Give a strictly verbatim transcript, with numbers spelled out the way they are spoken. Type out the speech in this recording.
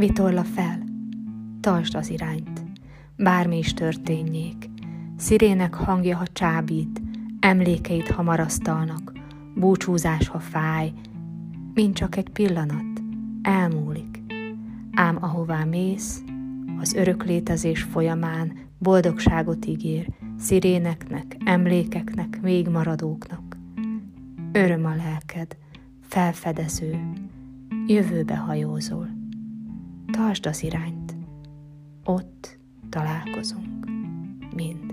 Vitorla fel, tartsd az irányt, bármi is történjék. Szirének hangja, ha csábít, emlékeid, ha marasztalnak, búcsúzás, ha fáj, mind csak egy pillanat, elmúlik. Ám ahová mész, az örök létezés folyamán boldogságot ígér, sziréneknek, emlékeknek, még maradóknak. Öröm a lelked, felfedező, jövőbe hajózol. Tartsd az irányt, ott találkozunk mind.